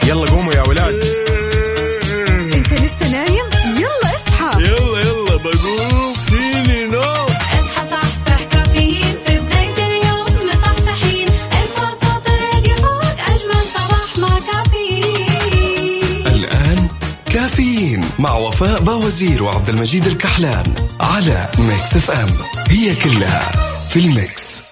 يلا قوموا يا ولاد. انت لسه نايم؟ يلا اصحى. يلا بقوم فيني نوم. اصحى صحصح كافيين في بداية اليوم مصحصحين. ارفع صوت الراديو فوق أجمل صباح مع كافيين. الآن كافيين مع وفاء باوزير وعبد المجيد الكحلان على ميكس اف ام. هي كلها في الميكس.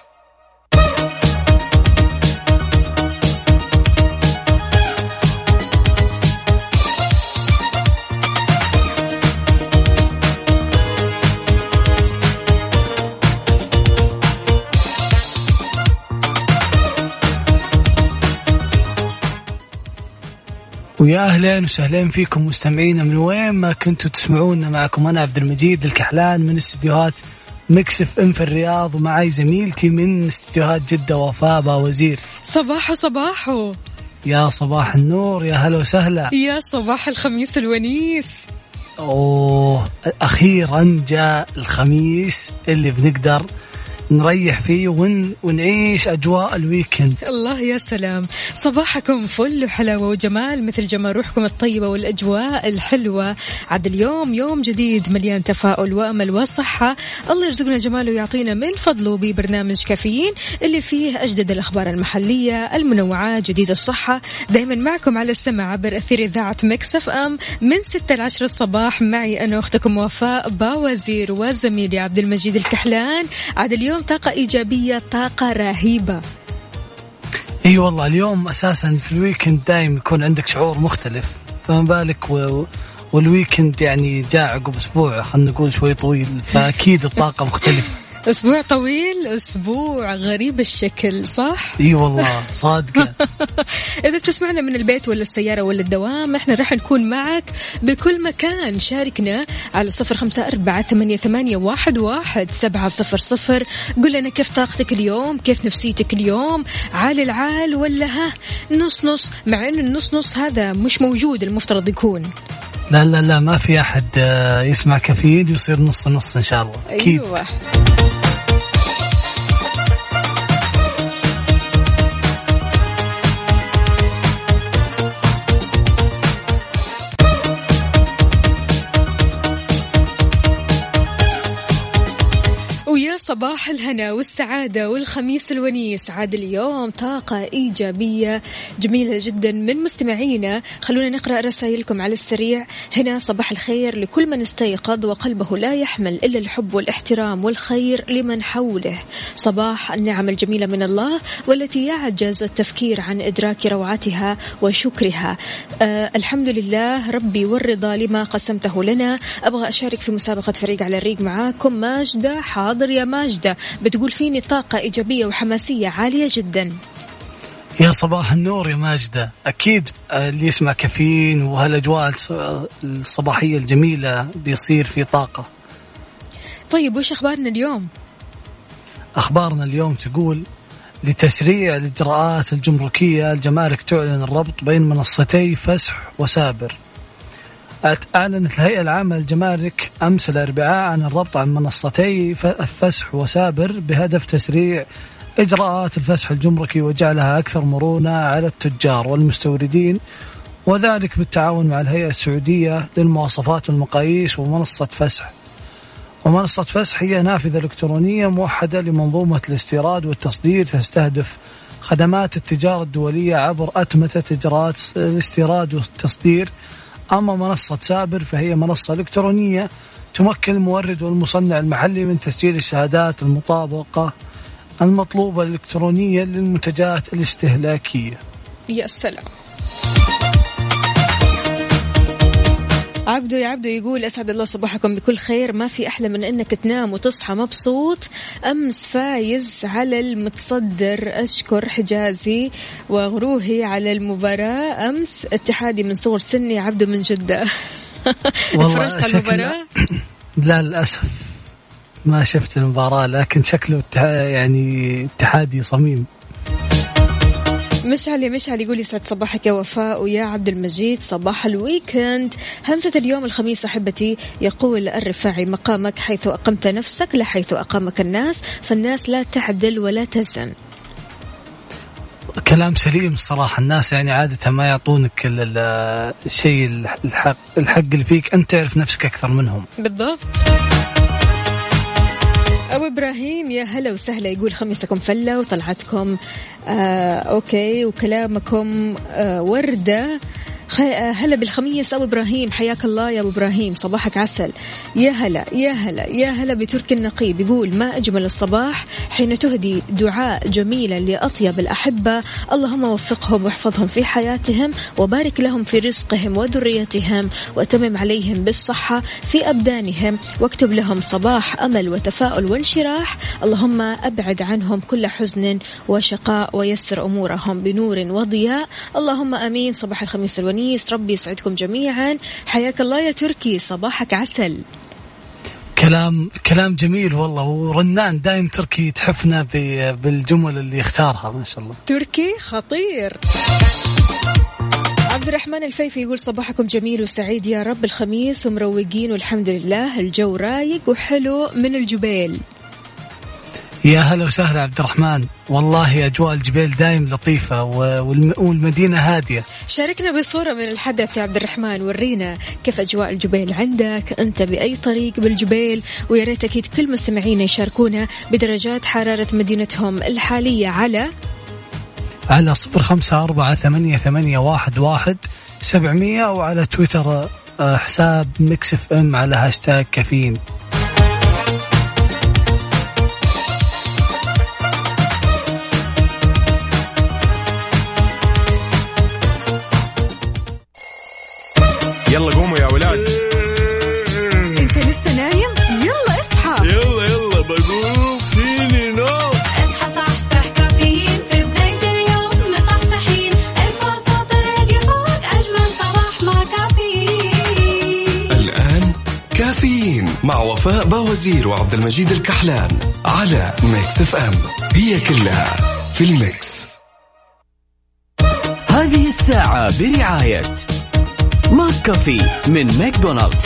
ويا أهلين وسهلين فيكم مستمعينا من وين ما كنتوا تسمعونا. معكم أنا عبد المجيد الكحلان من استديوهات ميكس اف ام في الرياض، ومعي زميلتي من استديوهات جدة وفاء باوزير. صباحو يا صباح النور، يا هلا وسهلا، يا صباح الخميس الونيس. أوه أخيرا جاء الخميس اللي بنقدر نريح فيه ونعيش أجواء الويكند. الله يا سلام، صباحكم فل وحلاوة وجمال مثل جمال روحكم الطيبة والأجواء الحلوة. عاد اليوم يوم جديد مليان تفاؤل وأمل وصحة. الله يرزقنا جماله ويعطينا من فضله ببرنامج كافيين اللي فيه أجدد الأخبار المحلية المنوعات جديد الصحة. دايما معكم على السمع عبر أثير إذاعة ميكس اف ام من 6 ل 10 الصباح. معي أنا أختكم وفاء باوزير وزميلي عبد المجيد الكحلان. عاد اليوم طاقة إيجابية، طاقة رهيبة. اي والله اليوم أساسا في الويكند دايم يكون عندك شعور مختلف، فما بالك والويكند يعني جاء عقب أسبوع خلنا نقول شوي طويل، فأكيد الطاقة مختلفة. أسبوع طويل، أسبوع غريب الشكل، صح؟ إي والله صادقة. إذا بتسمعنا من البيت ولا السيارة ولا الدوام، إحنا راح نكون معك بكل مكان. شاركنا على 0548811700. قل لنا كيف طاقتك اليوم، كيف نفسيتك اليوم، عال العال ولا نص نص، مع إنه النص نص هذا مش موجود، المفترض يكون. لا ما في أحد يسمع كافيين ويصير نص نص إن شاء الله. أكيد. أيوة. ويا صباح الهنا والسعادة والخميس الونيس. عاد اليوم طاقة إيجابية جميلة جدا من مستمعينا. خلونا نقرأ رسائلكم على السريع. هنا صباح الخير لكل من استيقظ وقلبه لا يحمل إلا الحب والاحترام والخير لمن حوله. صباح النعم الجميلة من الله والتي يعجز التفكير عن إدراك روعتها وشكرها. الحمد لله ربي والرضا لما قسمته لنا. أبغى أشارك في مسابقة فريق على الريق معاكم. ماجدة حاضر يا ماجدة، بتقول فيني طاقة إيجابية وحماسية عالية جدا. يا صباح النور يا ماجدة. أكيد اللي يسمع كافيين وهالأجواء الصباحية الجميلة بيصير في طاقة. طيب وش أخبارنا اليوم؟ أخبارنا اليوم تقول لتسريع الإجراءات الجمركية الجمارك تعلن الربط بين منصتي فسح وسابر. أعلنت الهيئة العامة للجمارك أمس الأربعاء عن الربط عن منصتي فسح وسابر بهدف تسريع إجراءات الفسح الجمركي وجعلها أكثر مرونة على التجار والمستوردين، وذلك بالتعاون مع الهيئة السعودية للمواصفات والمقاييس ومنصة فسح. ومنصة فسح هي نافذة إلكترونية موحدة لمنظومة الاستيراد والتصدير تستهدف خدمات التجارة الدولية عبر أتمتة إجراءات الاستيراد والتصدير. أما منصة سابر فهي منصة إلكترونية تمكن المورد والمصنع المحلي من تسجيل الشهادات المطابقة المطلوبة الإلكترونية للمنتجات الاستهلاكية. يا سلام. عبدو يقول أسعد الله صباحكم بكل خير. ما في أحلى من أنك تنام وتصحى مبسوط. أمس فايز على المتصدر، أشكر حجازي وغروهي على المباراة أمس. اتحادي من صغر سني. عبدو من جدة. اتفرجت على المباراة؟ لا للأسف ما شفت المباراة، لكن شكله يعني اتحادي صميم. مشعل يقول يسعد صباحك يا وفاء ويا عبد المجيد. صباح الويكند. همسة اليوم الخميس أحبتي. يقول الرفاعي مقامك حيث أقمت نفسك لا حيث أقامك الناس، فالناس لا تعدل ولا تزن. كلام سليم الصراحة. الناس يعني عادة ما يعطونك الشيء الحق اللي فيك، أنت تعرف نفسك أكثر منهم. بالضبط. أبو إبراهيم يا هلا وسهلا، يقول خميسكم فلة وطلعتكم أوكي وكلامكم وردة. هلا بالخميس أبو إبراهيم، حياك الله يا أبو إبراهيم، صباحك عسل. يا هلا يا هلا يا هلا بترك النقيب، يقول ما أجمل الصباح حين تهدي دعاء جميلا لأطيب الأحبة، اللهم وفقهم واحفظهم في حياتهم وبارك لهم في رزقهم وذريتهم وتمم عليهم بالصحة في أبدانهم واكتب لهم صباح أمل وتفاؤل وانشراح، اللهم أبعد عنهم كل حزن وشقاء ويسر أمورهم بنور وضياء، اللهم آمين. صباح الخميس الونيس، ربي يسعدكم جميعا. حياك الله يا تركي، صباحك عسل. كلام جميل والله، ورنان دايم تركي تحفنا بالجمل اللي يختارها ما شاء الله. تركي خطير. عبد الرحمن الفيفي يقول صباحكم جميل وسعيد يا رب، الخميس ومروقين والحمد لله، الجو رايق وحلو من الجبيل. يا هلا وسهلا عبد الرحمن، والله أجواء الجبيل دايم لطيفة والمدينة هادية. شاركنا بصورة من الحدث يا عبد الرحمن، ورينا كيف أجواء الجبيل عندك، أنت بأي طريق بالجبيل، ويا ريت أكيد كل مستمعينا يشاركونا بدرجات حرارة مدينتهم الحالية على 0548811700 وعلى تويتر حساب ميكس اف ام على هاشتاج كافيين. يلا قوموا يا ولاد. انت لسه نايم؟ يلا اصحى. يلا بقوم فيني نوم. اصحى صحصح كافيين في بداية اليوم مصحصحين، ارفع صوت الراديو فوق أجمل صباح مع كافيين. الآن كافيين مع وفاء باوزير وعبد المجيد الكحلان على ميكس اف ام، هي كلها في الميكس. هذه الساعة برعاية ماك كافي من ماكدونالدز.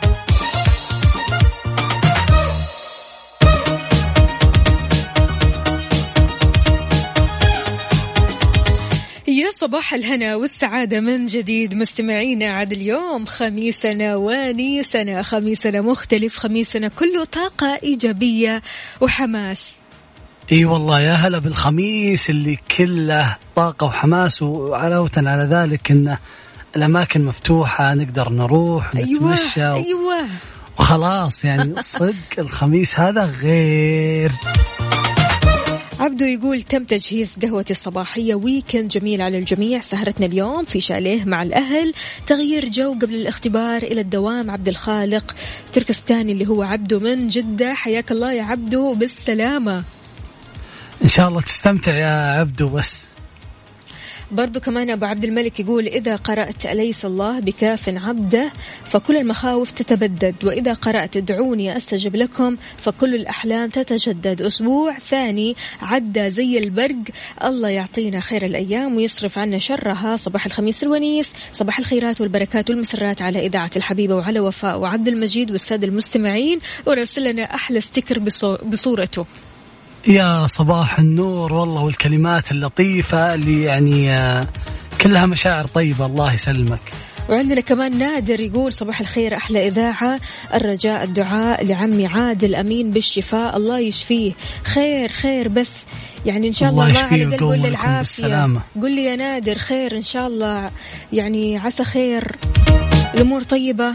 يا صباح الهنا والسعادة من جديد مستمعينا، عاد اليوم خميسنا ونيسنا، خميسنا مختلف، خميسنا كله طاقة إيجابية وحماس. اي والله يا هلا بالخميس اللي كله طاقة وحماس، وعلاوة على ذلك انه الأماكن مفتوحة، نقدر نروح نتمشى. أيوة. وخلاص يعني صدق الخميس هذا غير. عبدو يقول تم تجهيز قهوتي الصباحية، ويكند جميل على الجميع، سهرتنا اليوم في شاليه مع الأهل، تغيير جو قبل الاختبار إلى الدوام. عبد الخالق تركستاني اللي هو عبدو من جدة، حياك الله يا عبدو بالسلامة. إن شاء الله تستمتع يا عبدو. بس برضو كمان أبو عبد الملك يقول إذا قرأت أليس الله بكاف عبده فكل المخاوف تتبدد، وإذا قرأت ادعوني أستجب لكم فكل الأحلام تتجدد. أسبوع ثاني عدى زي البرق، الله يعطينا خير الأيام ويصرف عنا شرها. صباح الخميس الونيس، صباح الخيرات والبركات والمسرات على إذاعة الحبيبة وعلى وفاء وعبد المجيد والسادة المستمعين، ورسل لنا أحلى ستيكر بصورته. يا صباح النور والله، والكلمات اللطيفة اللي يعني كلها مشاعر طيبة، الله يسلمك. وعندنا كمان نادر يقول صباح الخير أحلى إذاعة، الرجاء الدعاء لعمي عادل أمين بالشفاء، الله يشفيه. خير بس يعني إن شاء الله ما على قلبه ولا العافية. قل لي يا نادر خير إن شاء الله، يعني عسى خير، الأمور طيبة.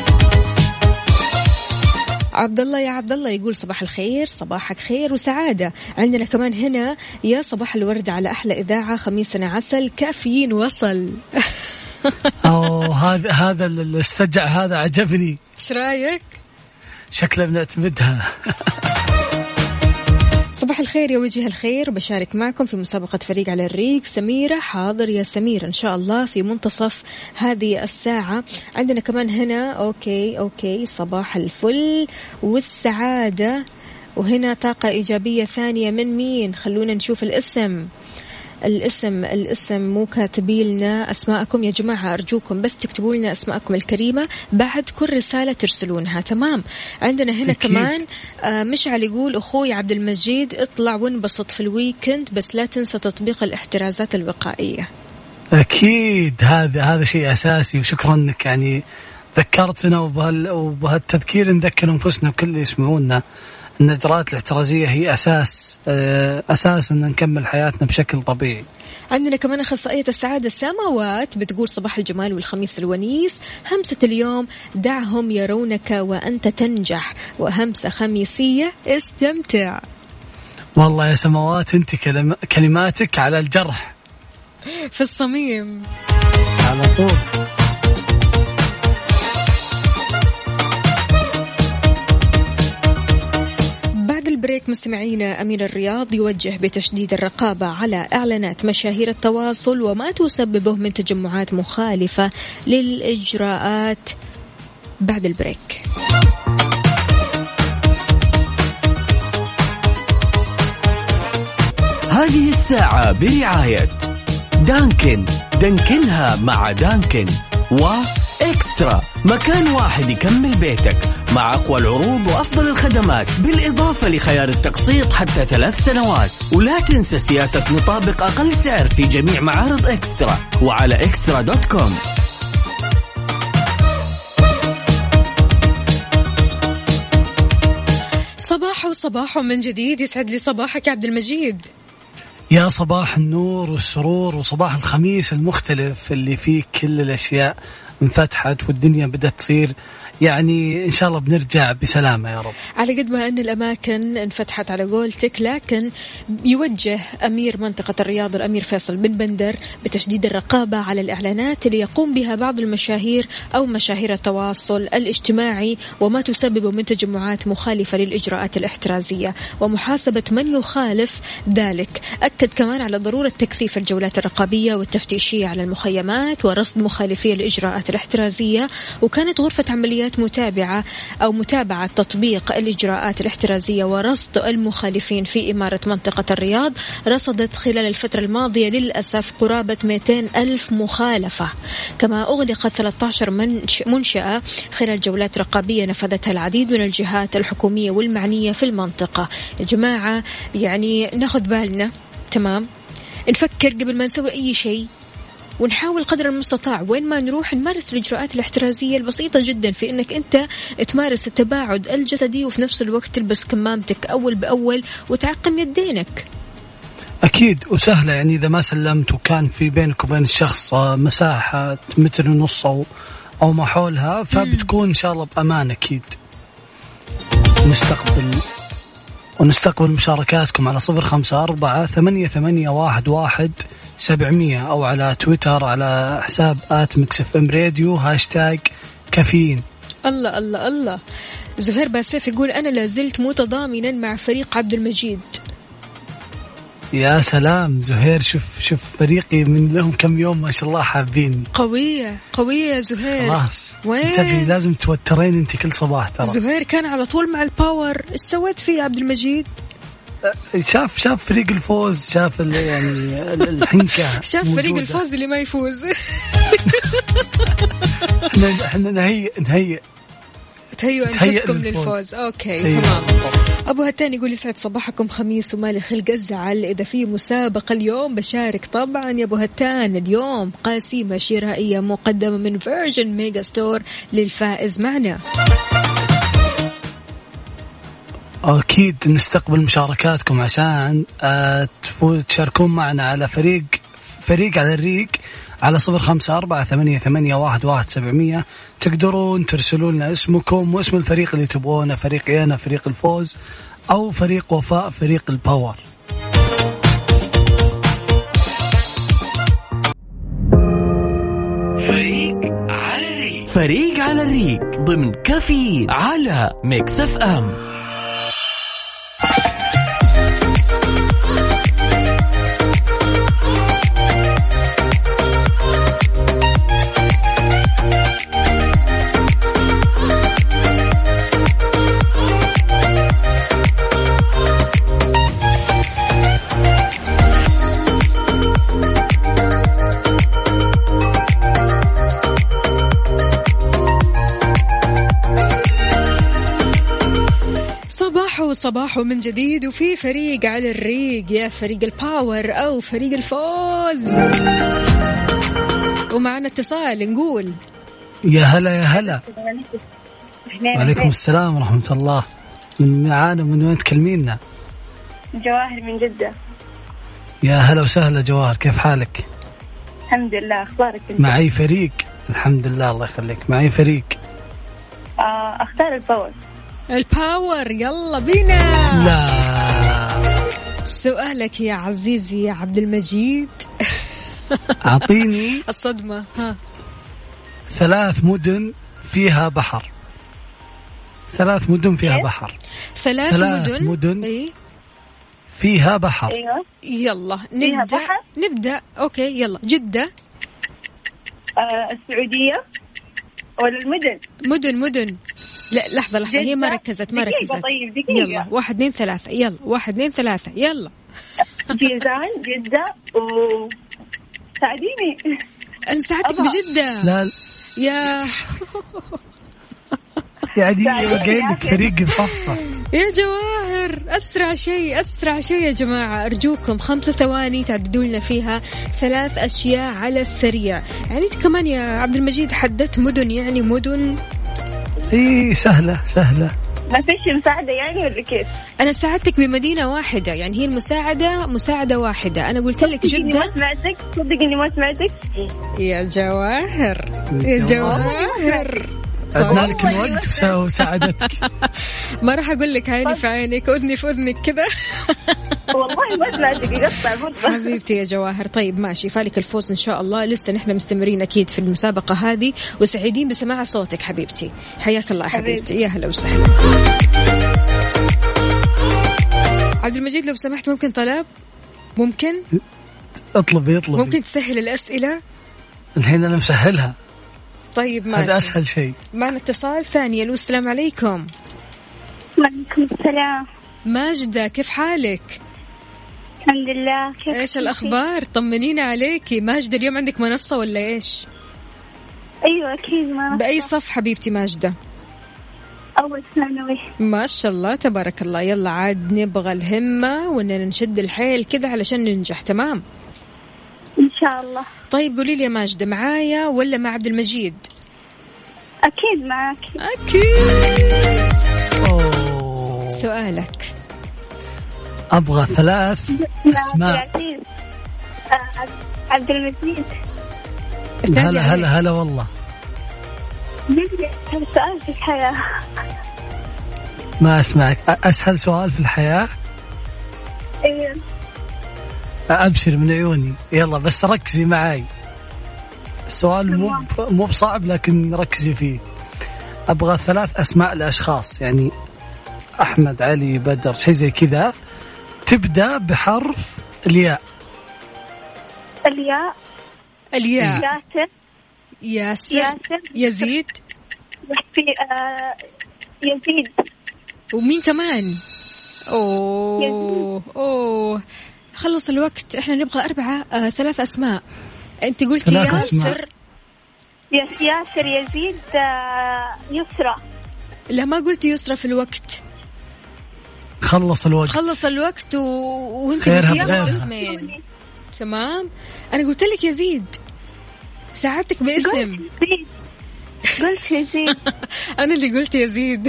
عبد الله يا عبد الله يقول صباح الخير، صباحك خير وسعادة. عندنا كمان هنا يا صباح الورد على أحلى إذاعة، خميسنا عسل، كافيين وصل. هذا السجع هذا عجبني. ايش رايك؟ شكله بنعتمدها. صباح الخير يا وجه الخير، بشارك معكم في مسابقة فريق على الريق. سميرة حاضر يا سميرة إن شاء الله في منتصف هذه الساعة. عندنا كمان هنا أوكي صباح الفل والسعادة، وهنا طاقة إيجابية ثانية من مين؟ خلونا نشوف الاسم. الاسم مو كاتبي لنا أسماءكم يا جماعة، أرجوكم بس تكتبوا لنا أسماءكم الكريمة بعد كل رسالة ترسلونها. تمام. عندنا هنا أكيد. كمان مشعل يقول أخوي عبد المجيد اطلع وانبسط في الويكند بس لا تنسى تطبيق الاحترازات الوقائية. أكيد هذا شيء أساسي، وشكرا أنك يعني ذكرتنا، وبهالتذكير نذكر أنفسنا وكل اللي يسمعونا أن الإجراءات الاحترازية هي أساس أن نكمل حياتنا بشكل طبيعي. عندنا كمان أخصائية السعادة سماوات بتقول صباح الجمال والخميس الونيس، همسة اليوم دعهم يرونك وأنت تنجح، وهمسة خميسية استمتع. والله يا سماوات أنت كلماتك على الجرح في الصميم على طول. بعد البريك مستمعينا، أمير الرياض يوجه بتشديد الرقابة على إعلانات مشاهير التواصل وما تسببه من تجمعات مخالفة للإجراءات. بعد البريك. هذه الساعة برعاية دانكنها مع دانكن، وإكسترا مكان واحد يكمل بيتك مع أقوى العروض وأفضل الخدمات، بالإضافة لخيار التقسيط حتى 3 سنوات. ولا تنسى سياسة نطابق أقل سعر في جميع معارض إكسترا وعلى extra.com. صباح من جديد، يسعد لي صباحك يا عبد المجيد. يا صباح النور والسرور وصباح الخميس المختلف اللي فيه كل الأشياء انفتحت والدنيا بدأت تصير يعني إن شاء الله بنرجع بسلامة يا رب. على قد ما أن الأماكن انفتحت على قولتك، لكن يوجه أمير منطقة الرياض الأمير فيصل بن بندر بتشديد الرقابة على الإعلانات اللي يقوم بها بعض المشاهير أو مشاهير التواصل الاجتماعي وما تسبب من تجمعات مخالفة للإجراءات الاحترازية ومحاسبة من يخالف ذلك. أكد كمان على ضرورة تكثيف الجولات الرقابية والتفتيشية على المخيمات ورصد مخالفي الإجراءات الاحترازية. وكانت غرفة عمليات متابعة تطبيق الإجراءات الاحترازية ورصد المخالفين في إمارة منطقة الرياض رصدت خلال الفترة الماضية للأسف قرابة 200,000 مخالفة. كما أغلقت 13 منشأة خلال جولات رقابية نفذتها العديد من الجهات الحكومية والمعنية في المنطقة. يا جماعة يعني ناخذ بالنا، تمام، نفكر قبل ما نسوي أي شيء، ونحاول قدر المستطاع وين ما نروح نمارس الإجراءات الاحترازية البسيطة جدا في إنك أنت تمارس التباعد الجسدي وفي نفس الوقت تلبس كمامتك أول بأول وتعقم يدينك. أكيد وسهلة، يعني إذا ما سلمت وكان في بينك وبين الشخص مساحة 1.5 متر أو ما حولها فبتكون إن شاء الله بأمان. أكيد ونستقبل مشاركاتكم على 0548811700 أو على تويتر على حساب @mixfmradio #كافيين. الله الله الله. زهير باسيف يقول أنا لازلت متضامنا مع فريق عبد المجيد. يا سلام زهير، شوف فريقي من لهم كم يوم ما شاء الله حابين. قوية يا زهير. خلاص انتبهي، لازم توترين انت كل صباح ترى. زهير كان على طول مع الباور، ايش سويت فيه عبد المجيد؟ شاف فريق الفوز، شاف يعني الحنكة شاف فريق الفوز اللي ما يفوز. احنا نهيئ أنفسكم للفوز. أوكي تمام. أبو هتان يقول يسعد صباحكم خميس ومالي خلق الزعل إذا في مسابقة اليوم بشارك طبعا يا أبو هتان. اليوم قسيمة شرائية مقدمة من فيرجن ميجا ستور للفائز معنا. أكيد نستقبل مشاركاتكم عشان تشاركون معنا على فريق على الريق على 0548811700. تقدرون ترسلوا لنا اسمكم واسم الفريق اللي تبغونه، فريق أنا، فريق الفوز أو فريق وفاء، فريق الباور. فريق على الريق ضمن كافيين على ميكس اف ام. الصباح ومن جديد، وفي فريق على الريق، يا فريق الباور أو فريق الفوز. ومعنا اتصال، نقول يا هلا. يا هلا. وعليكم السلام ورحمة الله. من معانا من وين تكلمينا؟ جواهر من جدة. يا هلا وسهلا جواهر، كيف حالك؟ الحمد لله، أخبارك أنت؟ معي فريق. الحمد لله، الله يخليك. معي فريق. أختار الفوز. الباور، يلا بينا. لا. سؤالك يا عزيزي يا عبد المجيد. أعطيني الصدمة. ها. 3 مدن فيها بحر. 3 مدن فيها بحر. 3 مدن. إيه؟ فيها بحر. أيوة. يلا نبدأ. أوكي يلا. جدة. السعودية ولا المدن؟ مدن. لا لحظة هي ما ركزت. طيب دقيقة. يلا 1 2 3. يلا 1 2 3. يلا. جيزان، جدة، ساعديني. أنا ساعدتك بجدة. لا يعني قايل لك فريق مصحصح. يا جواهر، أسرع شيء يا جماعة، أرجوكم 5 ثواني تعددوا لنا فيها 3 أشياء على السريع. يعني أنت كمان يا عبد المجيد حددت مدن، يعني مدن. إيه سهلة. ما فيش مساعدة يعني ولا كيف؟ أنا ساعدتك بمدينة واحدة، يعني هي المساعدة مساعدة واحدة. أنا قلت لك جدة. صدق إني ما سمعتك. يا جواهر. عدنا لك الوقت وساعدتك. ما راح أقول لك عيني في عينك أذني في أذنك كذا. والله ما سمعتك، يقطع حبيبتي يا جواهر. طيب ماشي، فالك الفوز إن شاء الله. لسه نحن مستمرين أكيد في المسابقة هذه، وسعيدين بسماع صوتك حبيبتي. حياك الله حبيبتي. يا هلا وسهلا. عبد المجيد لو سمحت ممكن طلب؟ ممكن اطلبي. ممكن تسهل الأسئلة؟ الحين أنا مسهلها. طيب ماشي، هذا أسهل شيء. معنا اتصال ثاني. السلام عليكم. وعليكم السلام. ماجدة، كيف حالك؟ الحمد لله. كيف ايش الأخبار؟ طمنينا عليكي. ماجدة اليوم عندك منصة ولا ايش؟ أيوة أكيد منصة. بأي صف حبيبتي ماجدة؟ أول ثانوي. ما شاء الله تبارك الله. يلا عاد نبغى الهمة وإننا نشد الحيل كذا علشان ننجح. تمام إن شاء الله. طيب قولي لي يا ماجدة، معايا ولا مع عبد المجيد؟ أكيد معك. أكيد. سؤالك. أبغى 3 أسماء. عبد المجيد. هلا والله. سؤال في الحياة. ما أسمعك. أسهل سؤال في الحياة. إيه. أبشر من عيوني. يلا بس ركزي معاي. السؤال مو بصعب لكن ركزي فيه. أبغى 3 أسماء لأشخاص، يعني أحمد، علي، بدر، شيء زي كذا، تبدأ بحرف الياء. ياسر. يزيد. يزيد. ومين كمان؟ أوه خلص الوقت. احنا نبغى 3 أسماء. انت قلتي ياسر. ياسر، يزيد، يسرى. لا ما قلتي يسرى في الوقت. خلص الوقت وانت قلتي اسمين. تمام. انا قلت لك يزيد، ساعدتك باسم. قلت يزيد. انا اللي قلت يزيد.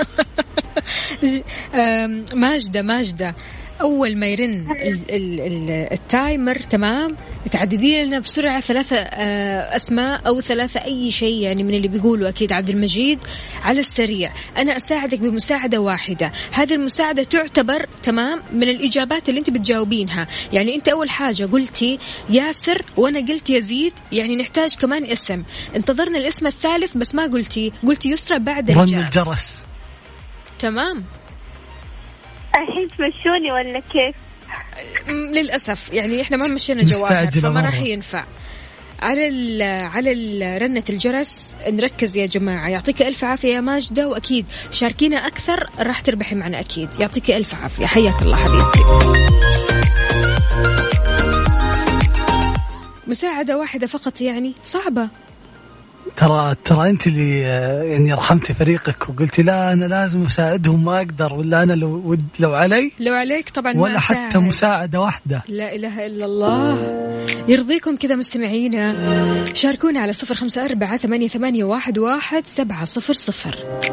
ماجدة أول ما يرن التايمر تمام تعددي لنا بسرعة 3 أسماء أو 3 أي شيء يعني من اللي بيقولوا أكيد عبد المجيد على السريع. أنا أساعدك بمساعدة واحدة. هذه المساعدة تعتبر تمام من الإجابات اللي أنت بتجاوبينها. يعني أنت أول حاجة قلتي ياسر وأنا قلت يزيد، يعني نحتاج كمان اسم. انتظرنا الاسم الثالث بس ما قلتي يسرى بعد الجرس. تمام. الحين تمشوني ولا كيف؟ للأسف يعني إحنا ما مشينا جواهر فما راح ينفع. على رنة الجرس نركز يا جماعة. يعطيك ألف عافية يا ماجدة، وأكيد شاركينا أكثر راح تربحي معنا أكيد. يعطيك ألف عافية. حياك الله حبيبتي. مساعدة واحدة فقط يعني صعبة. ترى أنت اللي يعني رحمتي فريقك وقلتي لا أنا لازم أساعدهم ما أقدر، ولا أنا لو عليك طبعا ما ولا حتى أساعد. مساعدة واحدة. لا إله إلا الله. يرضيكم كذا مستمعينا؟ شاركونا على 0548811700.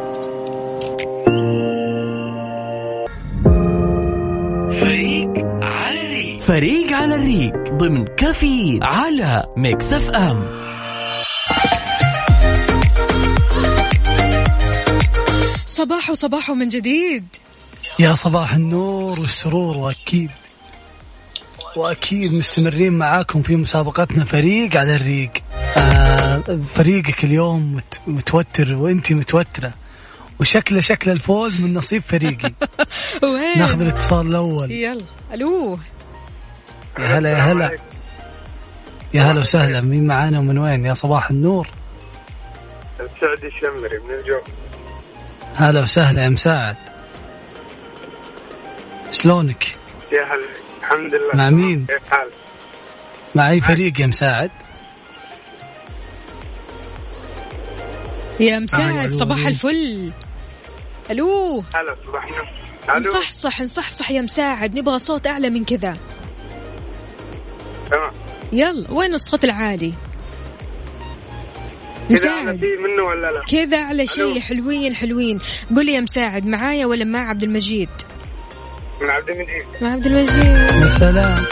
فريق على الريق ضمن كافيين على ميكس اف ام. صباح من جديد. يا صباح النور والسرور، وأكيد مستمرين معاكم في مسابقتنا فريق على الريق. فريقك اليوم متوتر وانتي متوترة، وشكل الفوز من نصيب فريقي. ناخذ الاتصال الأول. يلا. ألو. يا هلا وسهلا. مين معانا ومن وين؟ يا صباح النور. مساعد الشمري من الجو. هلا وسهلا يا مساعد، شلونك؟ يا هلا. الحمد لله. مع مين؟ كيف حالك؟ مع أي فريق يا مساعد؟ يا مساعد صباح الفل. ألو. هلا صباح النور. نصحصح يا مساعد، نبغى صوت أعلى من كذا. تمام. يلا، وين الصوت العالي؟ كذا أعلى فيه منه ولا لا؟ كذا أعلى شيء. حلوين. قولي يا مساعد، معايا ولا مع عبد المجيد؟ من عبد المجيد. مع عبد المجيد. يا سلام.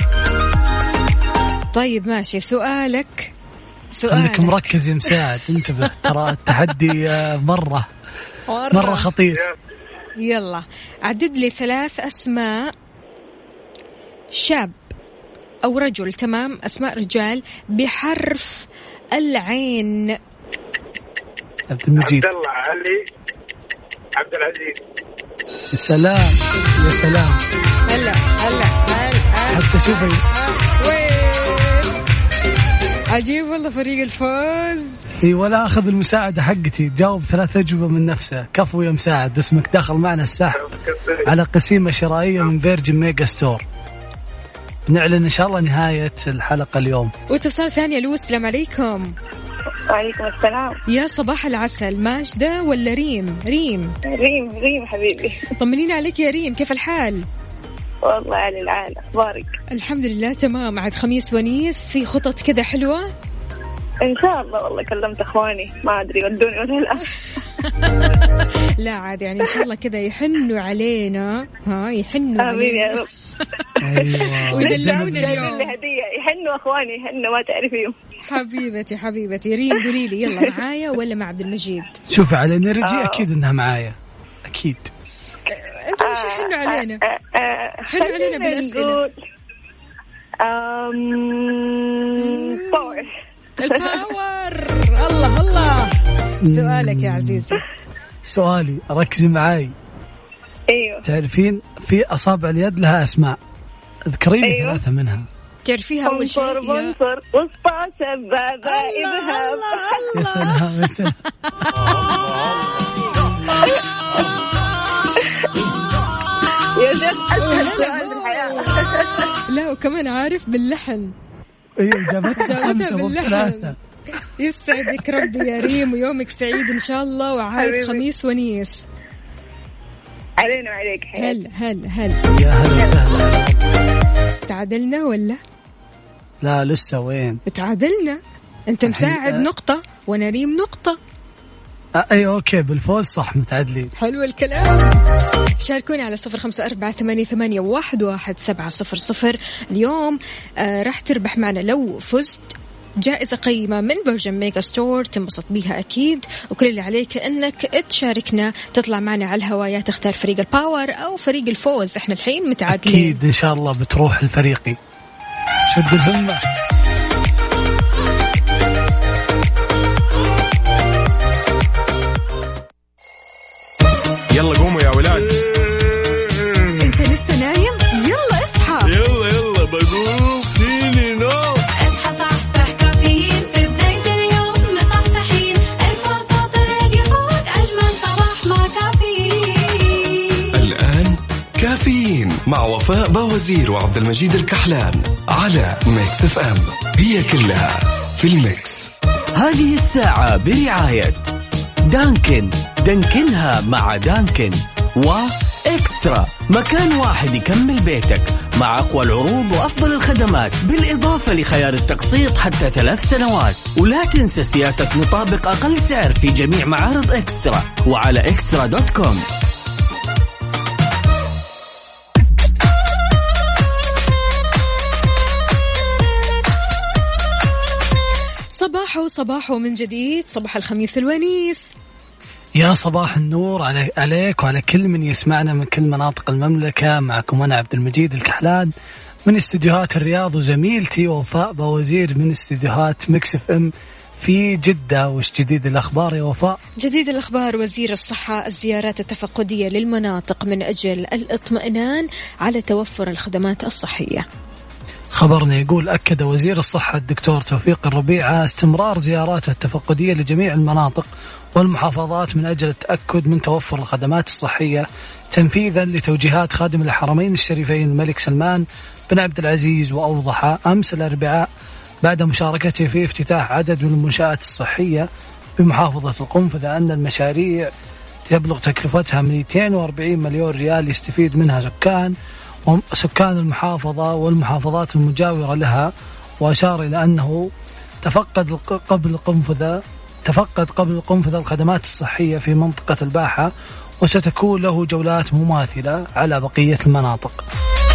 طيب ماشي، سؤالك. خليك مركز يا مساعد، انتبه ترى التحدي مرة خطير. يلا عدد لي 3 أسماء شاب أو رجل، تمام، أسماء رجال بحرف العين. عبد المجيد. عبد الله، علي، عبد العزيز. يا سلام. هلا حتى شوفي عجيب والله فريق الفوز. ولا أخذ المساعدة حقتي، جاوب 3 أجوبة من نفسه. كفو يا مساعد، اسمك داخل معنا السحب على قسيمة شرائية من فيرجن ميجا ستور. بنعلن إن شاء الله نهاية الحلقة اليوم. واتصال ثاني. ألو، السلام عليكم. وعليكم السلام. يا صباح العسل، ماجدة ولا ريم حبيبي. طمنين عليك يا ريم، كيف الحال؟ والله على العالم، بارك. الحمد لله تمام. عاد خميس ونيس، في خطط كذا حلوة إن شاء الله. والله كلمت أخواني ما أدري ودوني ولا لا. لا عاد يعني إن شاء الله كذا يحنوا علينا. يحنوا آمين يا رب. أيوة. ويدلعونا اليوم. هدية يحنوا أخواني، يحنوا ما تعرفيهم. حبيبتي ريم، قولي لي يلا، معايا ولا مع عبد المجيد؟ شوفي على نرجي أكيد إنها معايا، أكيد. أنتوا مش يحنوا علينا، حنوا علينا بالأسئلة. الباور. الله. سؤالك يا عزيزي. سؤالي، ركزي معاي. أيوه. تعرفين في أصابع اليد لها أسماء، اذكري لي 3 منها. تعرفيها أول شيء؟ بنصر، وسطى، سبابة، إبهام. يا سلام. يا شيخ أسهل سؤال بالحياة. لا وكمان عارف باللحن. ايوه جابتها 5 و3. يسعدك ربي يا ريم، ويومك سعيد ان شاء الله، وعاد خميس ونيس علينا وعليك. هلا يا هلا وسهلا. تعادلنا ولا لا؟ لسه. وين تعادلنا؟ انت مساعد نقطة وانا ريم نقطة. ايوه اوكي، بالفوز صح، متعادلين. حلو الكلام. شاركوني على 0548811700. اليوم راح تربح معنا لو فزت جائزة قيمة من فيرجن ميجا ستور، تنبسط بيها أكيد. وكل اللي عليك أنك تشاركنا، تطلع معنا على الهواية، تختار فريق الباور أو فريق الفوز. إحنا الحين متعادلين. أكيد إن شاء الله بتروح الفريقي. شد الهمة. يلا قوموا يا ولاد. أنت لسه نايم؟ يلا اصحى. يلا بقوم فيني نوم. اصحى صحصح كافيين في بداية اليوم مصحصحين. ارفع صوت الراديو فوق أجمل صباح مع كافيين. الآن كافيين مع وفاء باوزير وعبد المجيد الكحلان على ميكس اف ام. هي كلها في الميكس. هذه الساعة برعاية دانكن، دانكنها مع دانكن، وإكسترا، مكان واحد يكمل بيتك مع أقوى العروض وأفضل الخدمات، بالإضافة لخيار التقسيط حتى 3 سنوات. ولا تنسى سياسة نطابق أقل سعر في جميع معارض إكسترا وعلى extra.com. صباحو من جديد، صباح الخميس الونيس. يا صباح النور عليك وعلى كل من يسمعنا من كل مناطق المملكة. معكم أنا عبد المجيد الكحلان من استديوهات الرياض، وزميلتي وفاء باوزير من استديوهات ميكس اف ام في جدة. وش جديد الأخبار يا وفاء؟ جديد الأخبار: وزير الصحة الزيارات التفقدية للمناطق من أجل الاطمئنان على توفر الخدمات الصحية. خبرنا يقول أكد وزير الصحة الدكتور توفيق الربيع استمرار زياراته التفقدية لجميع المناطق والمحافظات من أجل التأكد من توفر الخدمات الصحية، تنفيذا لتوجيهات خادم الحرمين الشريفين الملك سلمان بن عبد العزيز. وأوضح أمس الأربعاء بعد مشاركته في افتتاح عدد من المنشآت الصحية بمحافظة القنفذة أن المشاريع تبلغ تكلفتها 240 مليون ريال يستفيد منها سكان المحافظة والمحافظات المجاورة لها. وأشار إلى أنه تفقد قبل القنفذة الخدمات الصحية في منطقة الباحة، وستكون له جولات مماثلة على بقية المناطق.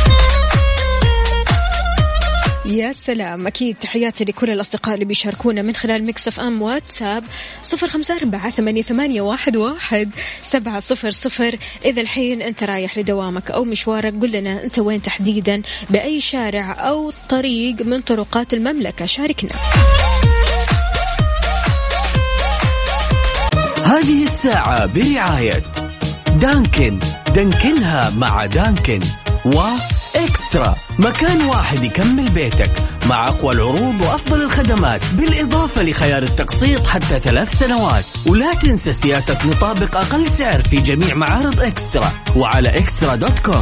يا سلام، أكيد تحياتي لكل الأصدقاء اللي بيشاركونا من خلال ميكس اف ام واتساب 0548811700. إذا الحين أنت رايح لدوامك أو مشوارك، قل لنا أنت وين تحديدا، بأي شارع أو طريق من طرقات المملكة، شاركنا. هذه الساعة برعاية دانكن، دانكنها مع دانكن، وإكسترا، مكان واحد يكمل بيتك مع أقوى العروض وأفضل الخدمات، بالإضافة لخيار التقسيط حتى 3 سنوات. ولا تنسى سياسة نطابق أقل سعر في جميع معارض إكسترا وعلى extra.com.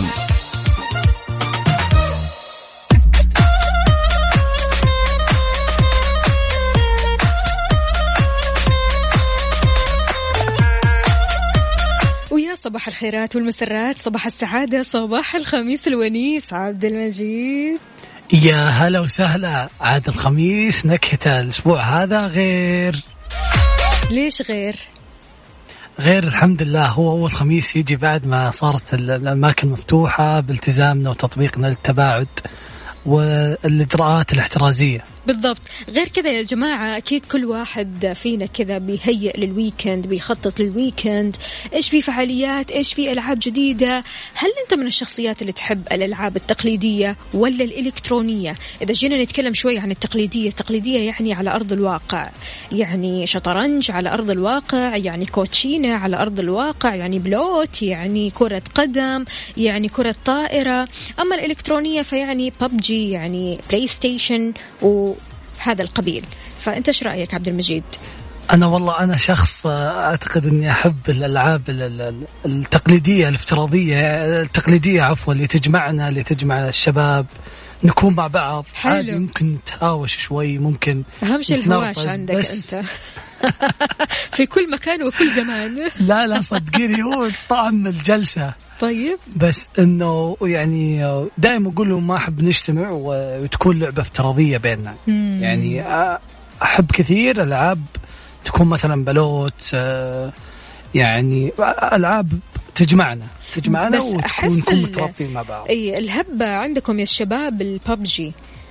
صباح الخيرات والمسرات، صباح السعادة، صباح الخميس الونيس. عبد المجيد يا هلا وسهلا. عاد الخميس نكهة الأسبوع هذا غير. ليش غير؟ الحمد لله، هو أول خميس يجي بعد ما صارت الأماكن مفتوحة بالتزامنا وتطبيقنا للتباعد والإجراءات الاحترازية. بالضبط. غير كذا يا جماعة، أكيد كل واحد فينا كذا بيهيئ للويكند، بيخطط للويكند، إيش في فعاليات، إيش في ألعاب جديدة. هل أنت من الشخصيات اللي تحب الألعاب التقليدية ولا الإلكترونية؟ إذا جينا نتكلم شوي عن التقليدية يعني على أرض الواقع، يعني شطرنج على أرض الواقع، يعني كوتشينة على أرض الواقع، يعني بلوت، يعني كرة قدم، يعني كرة طائرة. أما الإلكترونية فيعني PUBG، يعني بلاي ستيشن وهذا القبيل. فأنت ايش رأيك عبد المجيد؟ أنا شخص أعتقد أني أحب الألعاب التقليدية الافتراضية اللي تجمعنا، اللي تجمع الشباب، نكون مع بعض. عادي ممكن نتهاوش شوي، ممكن أهم شيء الهواش عندك أنت في كل مكان وكل زمان. لا صدقيني، هو طعم الجلسة. طيب، بس إنه يعني دائما أقول لهم ما أحب نجتمع وتكون لعبة افتراضية بيننا. يعني أحب كثير ألعاب تكون مثلا بلوت، يعني ألعاب تجمعنا ونكون مترابطين مع بعض. أي الهبة عندكم يا الشباب الببجي.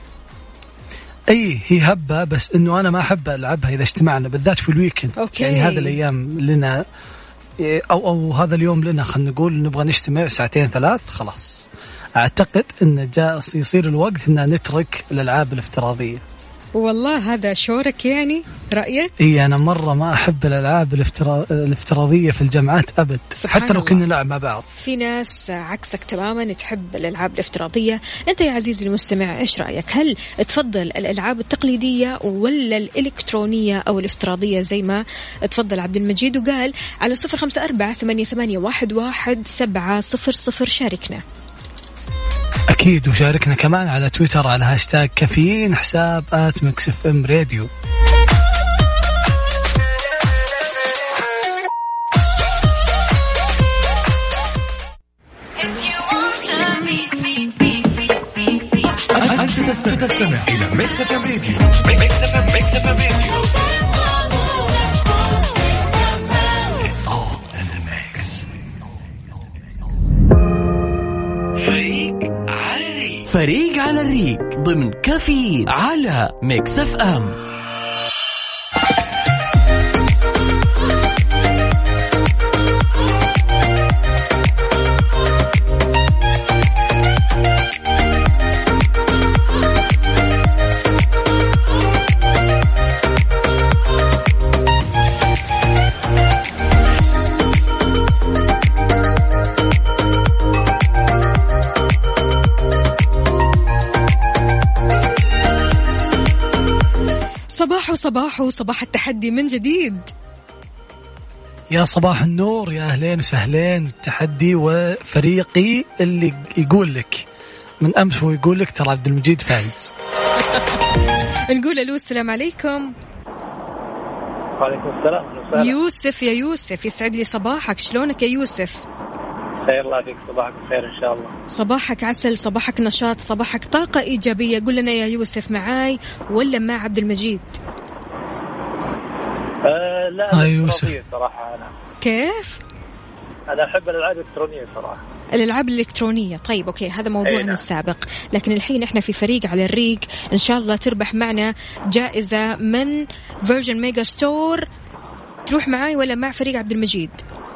هي هبة، بس إنه أنا ما أحب ألعبها إذا اجتمعنا، بالذات في الويكند. يعني هذا الأيام لنا أو هذا اليوم لنا، خلينا نقول نبغى نجتمع 2-3 خلاص. أعتقد إن جاء يصير الوقت إن نترك الألعاب الافتراضية. والله هذا شورك، يعني رأيك؟ أنا مرة ما أحب الألعاب الافتراضية في الجامعات أبد، حتى لو كنا نلعب مع بعض. في ناس عكسك تماما تحب الألعاب الافتراضية. أنت يا عزيزي المستمع إيش رأيك؟ هل تفضل الألعاب التقليدية ولا الإلكترونية أو الافتراضية زي ما تفضل عبد المجيد وقال؟ على 0548811700 شاركنا. أكيد، وشاركنا كمان على تويتر على هاشتاج كافيين، حساب @ميكسفم راديو. تستمع إلى ميكس اف ام راديو. ميكس اف ام راديو. It's all in the mix. فريق على الريق ضمن كافيين على ميكس اف ام. صباح التحدي من جديد. يا صباح النور، يا أهلين وسهلين. التحدي وفريقي اللي يقول لك من أمس ويقول لك ترى عبد المجيد فايز. نقول ألو، السلام عليكم. وعليكم السلام. يوسف، يا يوسف يسعد لي صباحك، شلونك يا يوسف؟ خير الله فيك، صباحك خير إن شاء الله. صباحك عسل، صباحك نشاط، صباحك طاقة إيجابية. قل لنا يا يوسف، معاي ولا مع عبد المجيد؟ لا يوسف صراحة. أنا كيف؟ أنا أحب الألعاب الإلكترونية صراحة. الألعاب الإلكترونية. طيب أوكي، هذا موضوعنا السابق، لكن الحين إحنا في فريق على الريق. إن شاء الله تربح معنا جائزة من فيرجن ميجا ستور. تروح معاي ولا مع فريق عبد المجيد؟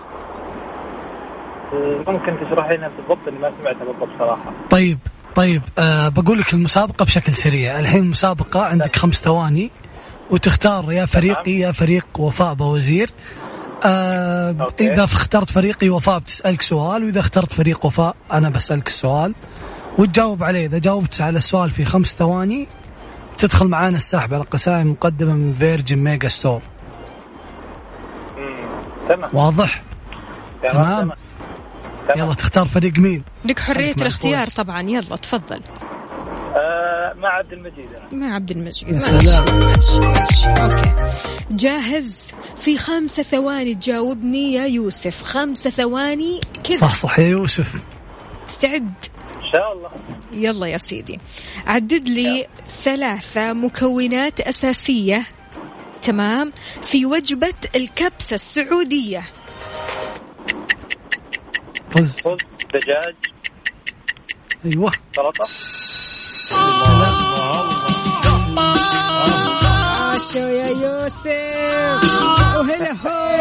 ممكن تشرح لنا بالضبط، اللي ما سمعتها بالضبط صراحة. طيب بقول لك المسابقة بشكل سريع. الحين المسابقة عندك 5 ثواني وتختار يا فريقي يا فريق وفاء بوزير. إذا اخترت فريقي وفاء بتسألك سؤال، وإذا اخترت فريق وفاء أنا بسألك السؤال وتجاوب عليه. إذا جاوبت على السؤال في 5 ثواني تدخل معانا السحب على قسائم مقدمة من فيرجن ميجا ستور. تمام. واضح؟ تمام. يلا تختار فريق مين؟ لك حرية الاختيار طبعا. يلا تفضل. مع عبد المجيد. مع عبد المجيد. يا سلام. ماشي. أوكي، جاهز؟ في 5 ثواني تجاوبني يا يوسف. 5 ثواني كذا. صح يا يوسف. استعد إن شاء الله. يلا يا سيدي، عدد لي 3 مكونات أساسية تمام في وجبة الكبسة السعودية. رز، دجاج، أيوة، سلطة. عاشو يا يوسف، وهلا هو.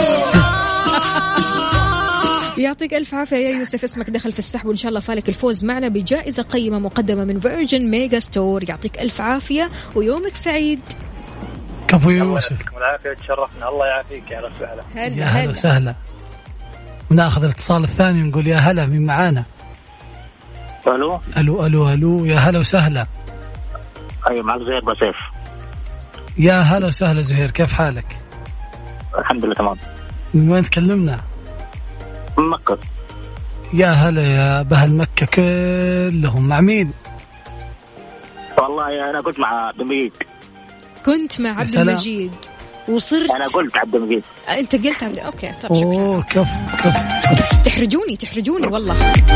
يعطيك ألف عافية يا يوسف، اسمك دخل في السحب، وإن شاء الله فالك الفوز معنا بجائزة قيمة مقدمة من فيرجن ميجا ستور. يعطيك ألف عافية ويومك سعيد. كفو يا يوسف. والعافية تشرفنا. الله يعافيك يا رسول الله. يا هلا وسهلا. وناخذ الاتصال الثاني ونقول يا هلا، مين معانا؟ الو الو الو الو، يا هلا وسهلا. ايوه معك زهير بسيف. يا هلا وسهلا زهير، كيف حالك؟ الحمد لله تمام. من وين تكلمنا؟ من مكة. يا هلا يا بهل مكة كلهم. مع مين؟ والله انا كنت مع عبد المجيد. كنت مع عبد المجيد وصرت. انا قلت عبد المجيد. انت قلت عبد. اوكي طب شكرا. اوه كف تحرجوني والله.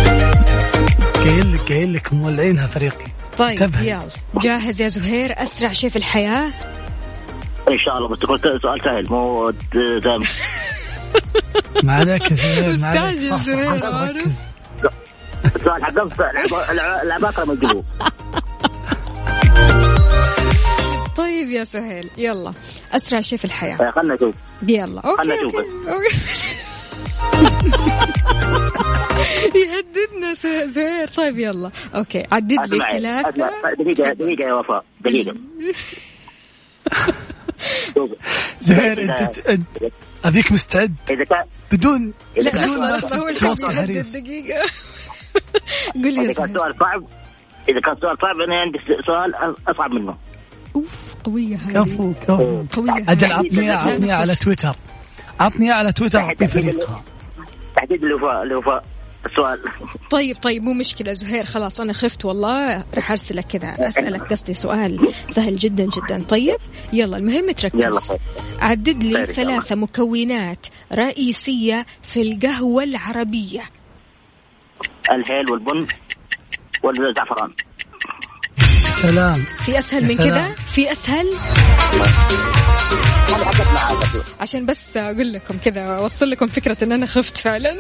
قايل لك مولعينها فريقي. طيب يلا جاهز يا زهير؟ اسرع شيء في الحياة ان شاء الله، بس تقول سؤال سهل مو زي ما عليك يا زهير، ما عليك. صح ركز. السؤال حق العباقرة ما يجيبوه. طيب يا سهيل يلا، أسرع شيء في الحياة. خلنا نشوف. يلا أوكي. يهددنا زهير. طيب يلا أوكي، عدد لي 3. دقيقة يا وفاء، دقيقة. زهير أنت أبيك مستعد بدون ما توصل حريص. دقيقة. قل لي. إذا كان سؤال صعب أنا عندي سؤال أصعب منه. أوف قوية هذه. كفو قوية. أجل عطني على تويتر. أعطي فريقها. تحديد الوفاء السؤال. طيب مو مشكلة زهير، خلاص أنا خفت والله، رح أرسلك كذا أسألك قصدي سؤال سهل جدا جدا. طيب يلا، المهم تركز. عدد لي 3 مكونات رئيسية في القهوة العربية. الهيل والبن والزعفران. سلام. في أسهل من كذا؟ في أسهل؟ عشان بس أقول لكم كذا أوصل لكم فكرة أن أنا خفت فعلا.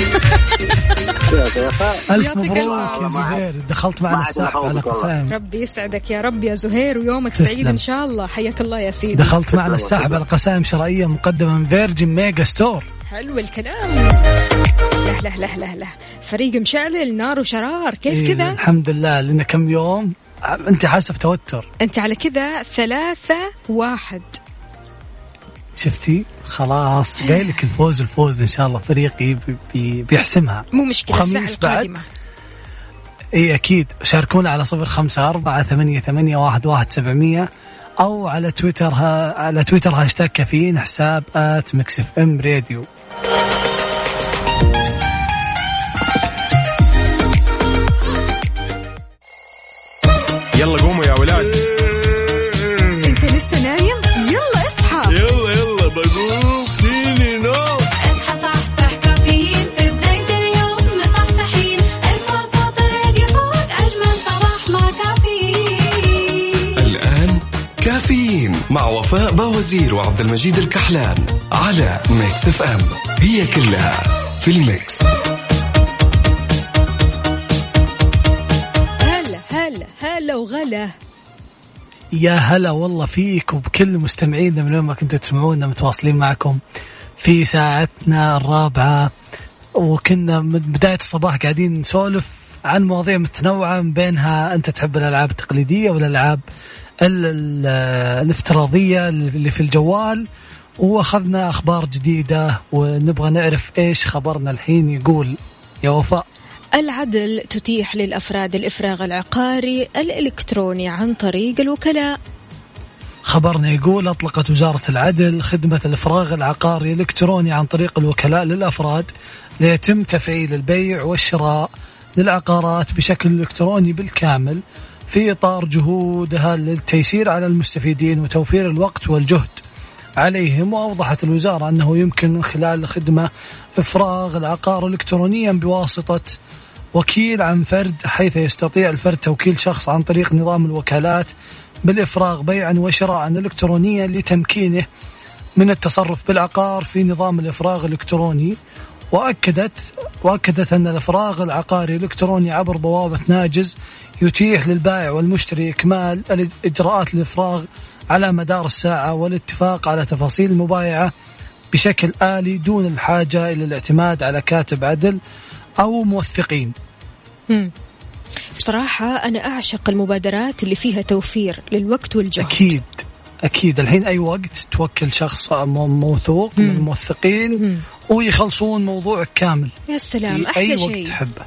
ألف مبروك يا زهير، دخلت معنا السحب على قسائم. ربي يسعدك يا رب يا زهير، ويومك سعيد إن شاء الله. حياك الله يا سيدي. دخلت معنا السحب على قسائم شرائية مقدمة من فيرجن ميجا ستور. حلو الكلام. لا لا لا لا، فريق مشعل نار وشرار. كيف كذا؟ الحمد لله، لنا كم يوم أنت حاسب توتر. أنت على كذا 3-1. شفتي خلاص قايلك الفوز إن شاء الله فريقي بيحسمها. مو مشكلة. خميس بعد إيه أكيد. شاركونا على 0548811700 أو على تويتر هاشتاج كافيين حساب @mixfmradio. يلا قوموا يا ولاد. انت لسه نايم؟ يلا اصحى. يلا بقوم فيني نوم. اصحى صحصح كافيين في بداية اليوم مصحصحين. ارفع صوت الراديو فوق أجمل صباح مع كافيين. الآن كافيين مع وفاء باوزير وعبد المجيد الكحلان على ميكس اف ام. هي كلها في الميكس. هلا وغلا. يا هلا والله فيك وبكل مستمعينا من وين ما كنتوا تسمعونا، متواصلين معكم في ساعتنا الرابعة، وكنا من بداية الصباح قاعدين نسولف عن مواضيع متنوعة، من بينها أنت تحب الألعاب التقليدية والألعاب الافتراضية اللي في الجوال، وأخذنا أخبار جديدة ونبغى نعرف إيش خبرنا الحين. يقول يا وفاء: العدل تتيح للأفراد الإفراغ العقاري الإلكتروني عن طريق الوكلاء. خبرنا يقول أطلقت وزارة العدل خدمة الإفراغ العقاري الإلكتروني عن طريق الوكلاء للأفراد ليتم تفعيل البيع والشراء للعقارات بشكل إلكتروني بالكامل في إطار جهودها للتيسير على المستفيدين وتوفير الوقت والجهد عليهم. وأوضحت الوزارة أنه يمكن من خلال الخدمة إفراغ العقار إلكترونيا بواسطة وكيل عن فرد، حيث يستطيع الفرد توكيل شخص عن طريق نظام الوكالات بالإفراغ بيعا وشراء إلكترونيا لتمكينه من التصرف بالعقار في نظام الإفراغ الإلكتروني. وأكدت أن الإفراغ العقاري الإلكتروني عبر بوابة ناجز يتيح للبائع والمشتري إكمال إجراءات الإفراغ على مدار الساعة والاتفاق على تفاصيل المبايعة بشكل آلي دون الحاجة إلى الاعتماد على كاتب عدل أو موثقين. بصراحة أنا أعشق المبادرات اللي فيها توفير للوقت والجهد. أكيد الحين أي وقت توكل شخص موثوق من الموثقين ويخلصون موضوع كامل. يا سلام، أحلى أي شيء. وقت تحبه.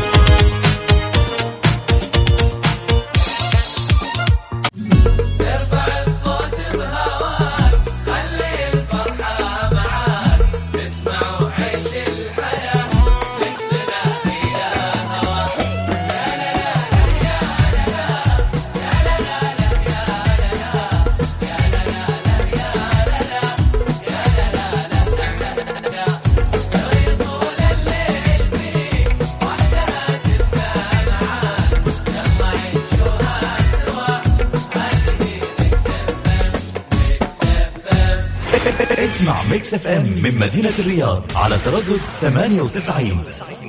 اسمع ميكس اف ام من مدينة الرياض على تردد 98.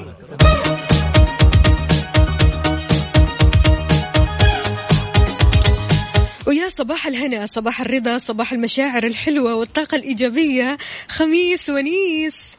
ويا صباح الهنا، صباح الرضا، صباح المشاعر الحلوة والطاقة الإيجابية. خميس ونيس.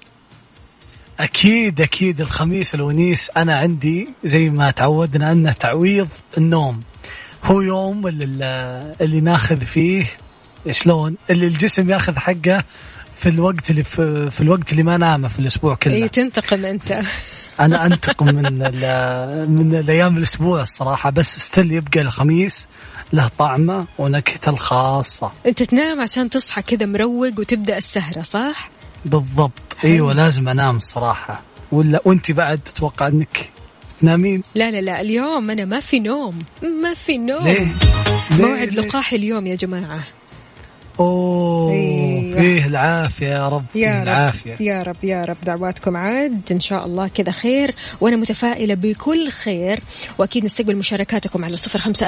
أكيد الخميس الونيس. أنا عندي زي ما تعودنا أنه تعويض النوم، هو يوم اللي ناخذ فيه شلون اللي الجسم ياخذ حقه في الوقت اللي ما نامه في الأسبوع كله. إيه تنتقم أنت. أنا أنتقم من الأيام الأسبوع الصراحة، بس ستيل يبقى الخميس له طعمه ونكهته الخاصة. أنت تنام عشان تصحى كذا مروق وتبدأ السهرة، صح؟ بالضبط. أيوة لازم أنام الصراحة. وأنت بعد تتوقع أنك تنامين؟ لا اليوم أنا ما في نوم. ليه؟ موعد لقاحي اليوم يا جماعة. أوه فيه العافية يا رب، يا العافية رب يا رب يا رب. دعواتكم عاد إن شاء الله كذا خير، وأنا متفائلة بكل خير. وأكيد نستقبل مشاركاتكم على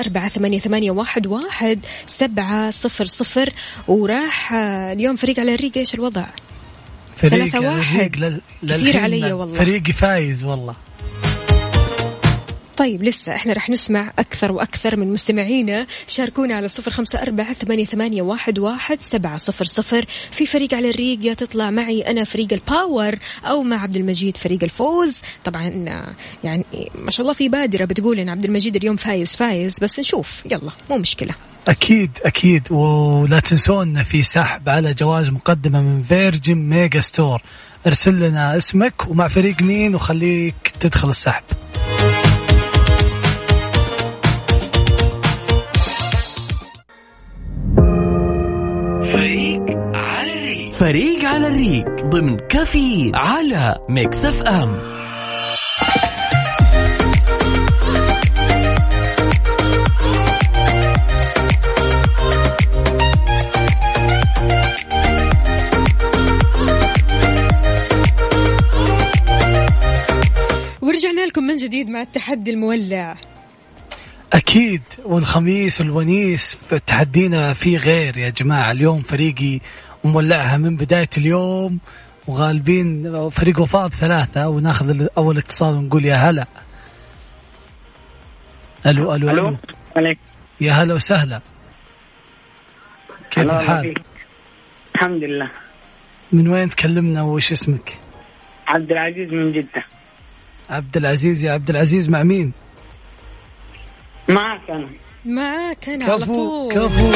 0548811700. وراح اليوم فريق على الريق. إيش الوضع؟ فريق 3-1 كثير علي والله. فريقي فايز والله. طيب لسه احنا رح نسمع أكثر وأكثر من مستمعينا. شاركونا على 0548811700. في فريق على الريق، يا تطلع معي أنا فريق الباور أو مع عبد المجيد فريق الفوز. طبعا يعني ما شاء الله في بادرة بتقول إن عبد المجيد اليوم فايز، بس نشوف يلا مو مشكلة. أكيد. ولا تنسون في سحب على جوائز مقدمة من فيرجن ميجا ستور. ارسل لنا اسمك ومع فريق مين وخليك تدخل السحب. فريق على الريق ضمن كافيين على ميكس اف ام. ورجعنا لكم من جديد مع التحدي المولع. أكيد، والخميس والونيس تحدينا فيه غير يا جماعة. اليوم فريقي ومولعها من بداية اليوم، وغالبين فريق وفاء ب3. وناخذ أول اتصال ونقول يا هلا. ألو. عليك. يا هلا وسهلا، كيف الحال؟ الحمد لله. من وين تكلمنا وإيش اسمك؟ عبد العزيز من جدة. عبد العزيز. يا عبد العزيز مع مين؟ معك أنا على طول. كفو.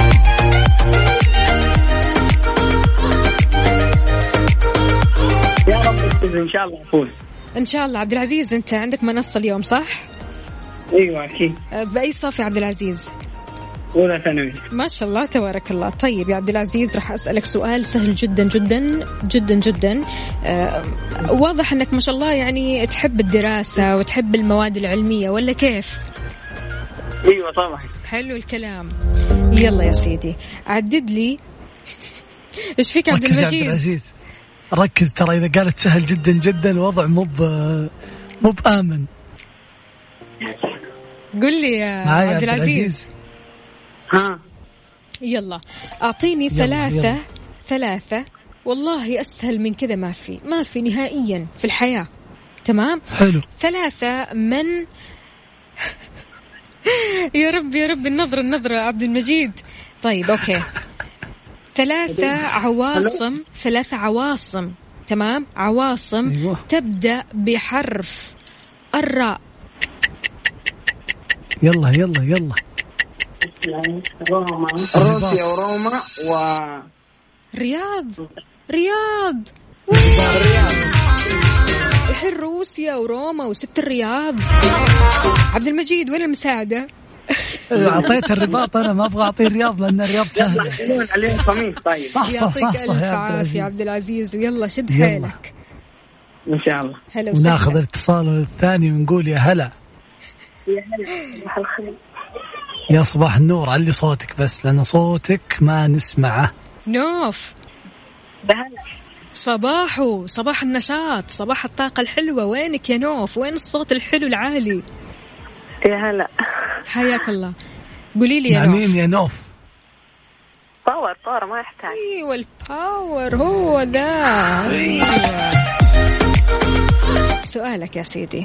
يا رب إن شاء الله أفوز إن شاء الله. عبد العزيز أنت عندك منصة اليوم صح؟ أيوة أكيد. بأي صف يا عبد العزيز؟ أولى ثانوي. ما شاء الله تبارك الله. طيب يا عبد العزيز راح أسألك سؤال سهل جدا جدا جدا جدا. واضح أنك ما شاء الله يعني تحب الدراسة وتحب المواد العلمية ولا كيف؟ أيوة طبعا. حلو الكلام. يلا يا سيدي عدد لي. إيش فيك عبد المجيد؟ ركز يا عبد العزيز، ركز. ترى إذا قالت سهل جدا جدا الوضع مو بآمن. قل لي يا عبد العزيز. ها يلا أعطيني ثلاثة والله أسهل من كذا ما في نهائيا في الحياة. تمام حلو. 3 من يا رب النظرة عبد المجيد. طيب أوكي. 3 عواصم. تمام، عواصم أيوة. تبدأ بحرف الراء. يلا روسيا وروما رياض. الحين روسيا وروما وسبت الرياض. عبد المجيد وين المساعدة؟ أعطيت الرباط، أنا ما أبغى أعطي الرياض لأن الرياض سهل. عليه الخميس. طيب صح يا عبد العزيز. ويلا شد حيلك إن شاء الله. هلا وناخذ الاتصال الثاني ونقول يا هلا. يا صباح النور. علي صوتك بس لأن صوتك ما نسمعه. نوف. صباح النشاط، صباح الطاقة الحلوة. وينك يا نوف؟ وين الصوت الحلو العالي؟ يا هلا. حياك الله. قولي لي يا نوف. مين يا نوف؟ باور ما يحتاج. ايوه الباور هو ده. أيوة. سؤالك يا سيدي.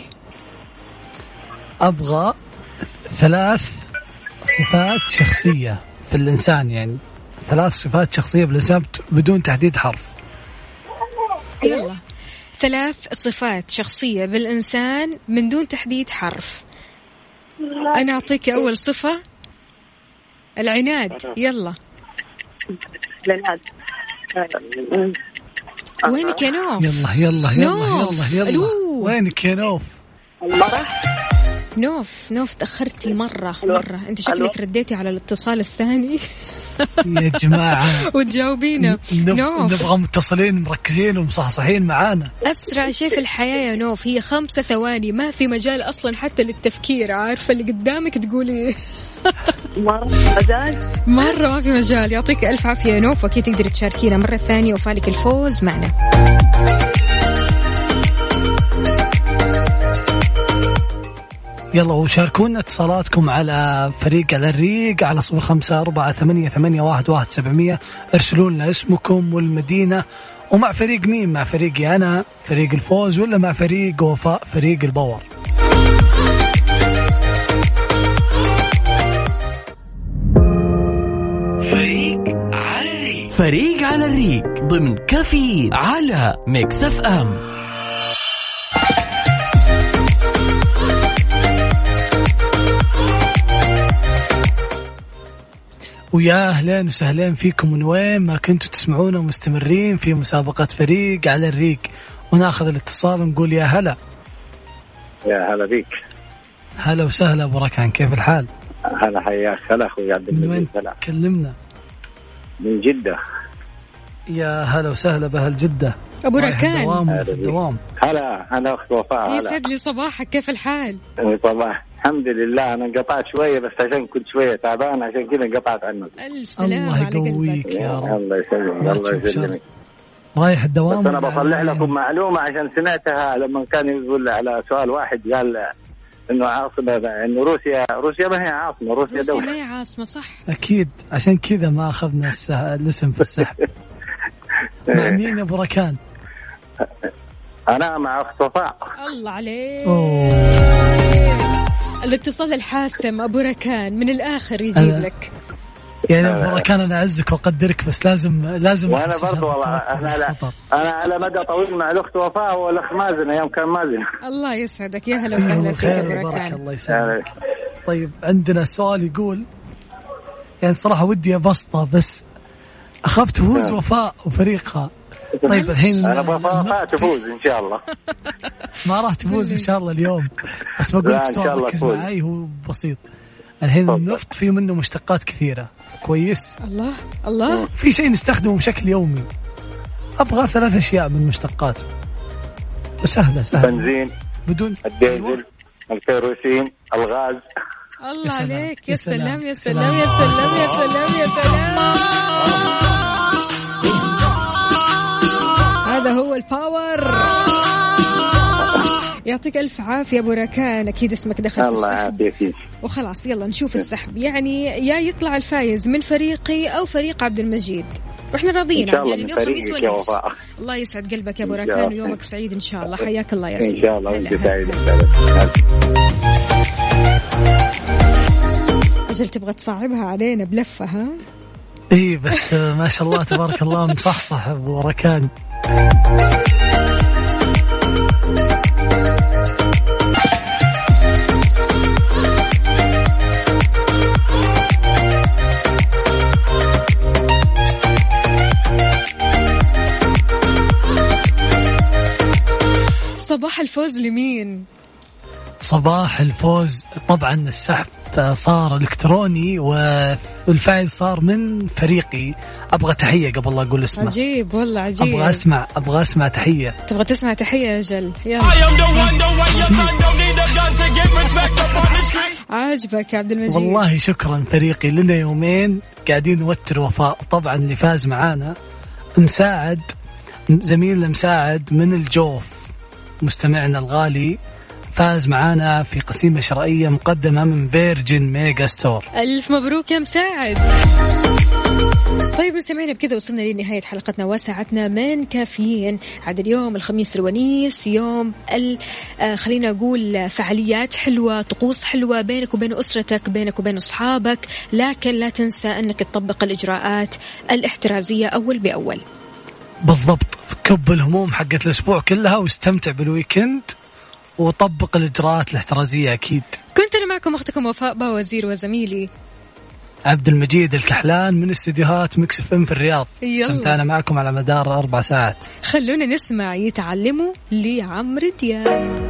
أبغى 3 صفات شخصية في الإنسان، يعني 3 صفات شخصية بالإنسان بدون تحديد حرف. يلا 3 صفات شخصية بالإنسان من دون تحديد حرف. أنا أعطيك أول صفة العناد. يلا. العناد. وينك يا نوف؟ يلا. وينك يا نوف؟ نوف تأخرتي مرة. أنت شكلك رديتي على الاتصال الثاني. يا جماعة وتجاوبينا. نوف نبغى متصلين مركزين ومصحصحين معانا. أسرع شيء في الحياة يا نوف هي 5 ثواني، ما في مجال أصلا حتى للتفكير. عارفة اللي قدامك تقولي مرة مجال، مرة ما في مجال. يعطيك ألف عافية يا نوف، أكيد تقدر تشاركينا مرة ثانية وفالك الفوز معنا. يلا وشاركونا اتصالاتكم على فريق على الريق على 0548811700. ارسلوا لنا اسمكم والمدينة، ومع فريق مين؟ مع فريقي أنا فريق الفوز، ولا مع فريق وفاء فريق الباور؟ فريق على الريق ضمن كافيين على ميكس اف ام. ويا أهلين وسهلين فيكم من وين ما كنتوا تسمعونا، مستمرين في مسابقة فريق على الريق، وناخذ الاتصال ونقول يا هلا. يا هلا بيك. هلا وسهلا أبو ركان، كيف الحال؟ هلا حياك. هلا أخوي عبد المجيد. هلا. كلمنا. من جدة. يا هلا وسهلا بأهل جدة. أبو ركان. الدوام. هلا أنا أخت وفاء. يسعد لي صباحك، كيف الحال؟ صباح الحمد لله. أنا انقطعت شوية بس عشان كنت شوية تعبان، عشان كذا انقطعت عنك. ألف سلامة على قلبك يا رب. الله يسلمك. الله يسلمك. رايح الدوام. بس أنا بصلح لكم معلومة عشان سمعتها لما كان يقول على سؤال واحد، قال إنه عاصمة، إنه روسيا ما هي عاصمة، روسيا دولة. ما هي عاصمة صح. أكيد عشان كذا ما أخذنا الاسم في السحب. مع مين يا أبو ركان؟ أنا مع أخت وفاء. الله عليك. الاتصال الحاسم أبو ركان من الآخر يجيب لك. يعني أبو ركان أنا أعزك وأقدرك، بس لازم وأنا برضو والله أنا على مدى طويل مع الأخت وفاء والأخ مازن أيام كان مازن. الله يسعدك، يا هلا وسهلا فيك أبو ركان. الله يسعدك. طيب عندنا سؤال يقول، يعني صراحة ودي أبسطه بس أخاف تفوز وفاء وفريقها. طيب الحين أنا وفاء تفوز إن شاء الله. ما راح تفوز إن شاء الله اليوم، بس بقول لك سؤال ركز معي، هو بسيط. الحين النفط فيه منه مشتقات كثيرة، كويس؟ الله في شيء نستخدمه بشكل يومي، أبغى 3 أشياء من مشتقاته وسهلة. بنزين بدون الديزل، الكيروسين، الغاز. الله عليك. يا سلام يا سلام يا سلام يا سلام يا سلام. هذا هو الباور. يعطيك ألف عافية أبو ركان، أكيد اسمك دخل في السحب. الله يعافيك. وخلاص يلا نشوف السحب، يعني يا يطلع الفايز من فريقي أو فريق عبد المجيد، وإحنا راضيين يعني اليوم خميس ونص. الله يسعد قلبك يا أبو ركان، ويومك سعيد إن شاء الله. حياك الله يا سيدي. إن شاء الله. أجل تبغى تصعبها علينا بلفة ها؟ إيه بس ما شاء الله تبارك الله مصحصح أبو ركان. صباح الفوز لمين؟ صباح الفوز طبعا السحب صار الكتروني، والفائز صار من فريقي. ابغى تحيه قبل لا اقول اسمه. عجيب والله عجيب. ابغى اسمع تحيه. تبغى تسمع تحيه يا جل؟ يلا. عاجبك يا عبد المجيد؟ والله شكرا فريقي، لنا يومين قاعدين نوتر وفاء. طبعا اللي فاز معانا مساعد، زميلنا مساعد من الجوف، مستمعنا الغالي، فاز معانا في قسيمة شرائية مقدمة من فيرجن ميجا ستور. ألف مبروك يا مساعد. طيب مستمعينا بكذا وصلنا لنهاية حلقتنا وساعتنا من كافيين. عاد اليوم الخميس الونيس، يوم خلينا أقول فعاليات حلوة، طقوس حلوة بينك وبين أسرتك، بينك وبين أصحابك، لكن لا تنسى أنك تطبق الإجراءات الاحترازية أول بأول. بالضبط، كب الهموم حقت الأسبوع كلها واستمتع بالويكند وطبق الإجراءات الاحترازية. أكيد كنت أنا معكم أختكم وفاء باوزير، وزميلي عبد المجيد الكحلان من استديوهات ميكس اف ام في الرياض. استمتعنا معكم على مدار 4 ساعات. خلونا نسمع يتعلموا لعمرو دياب.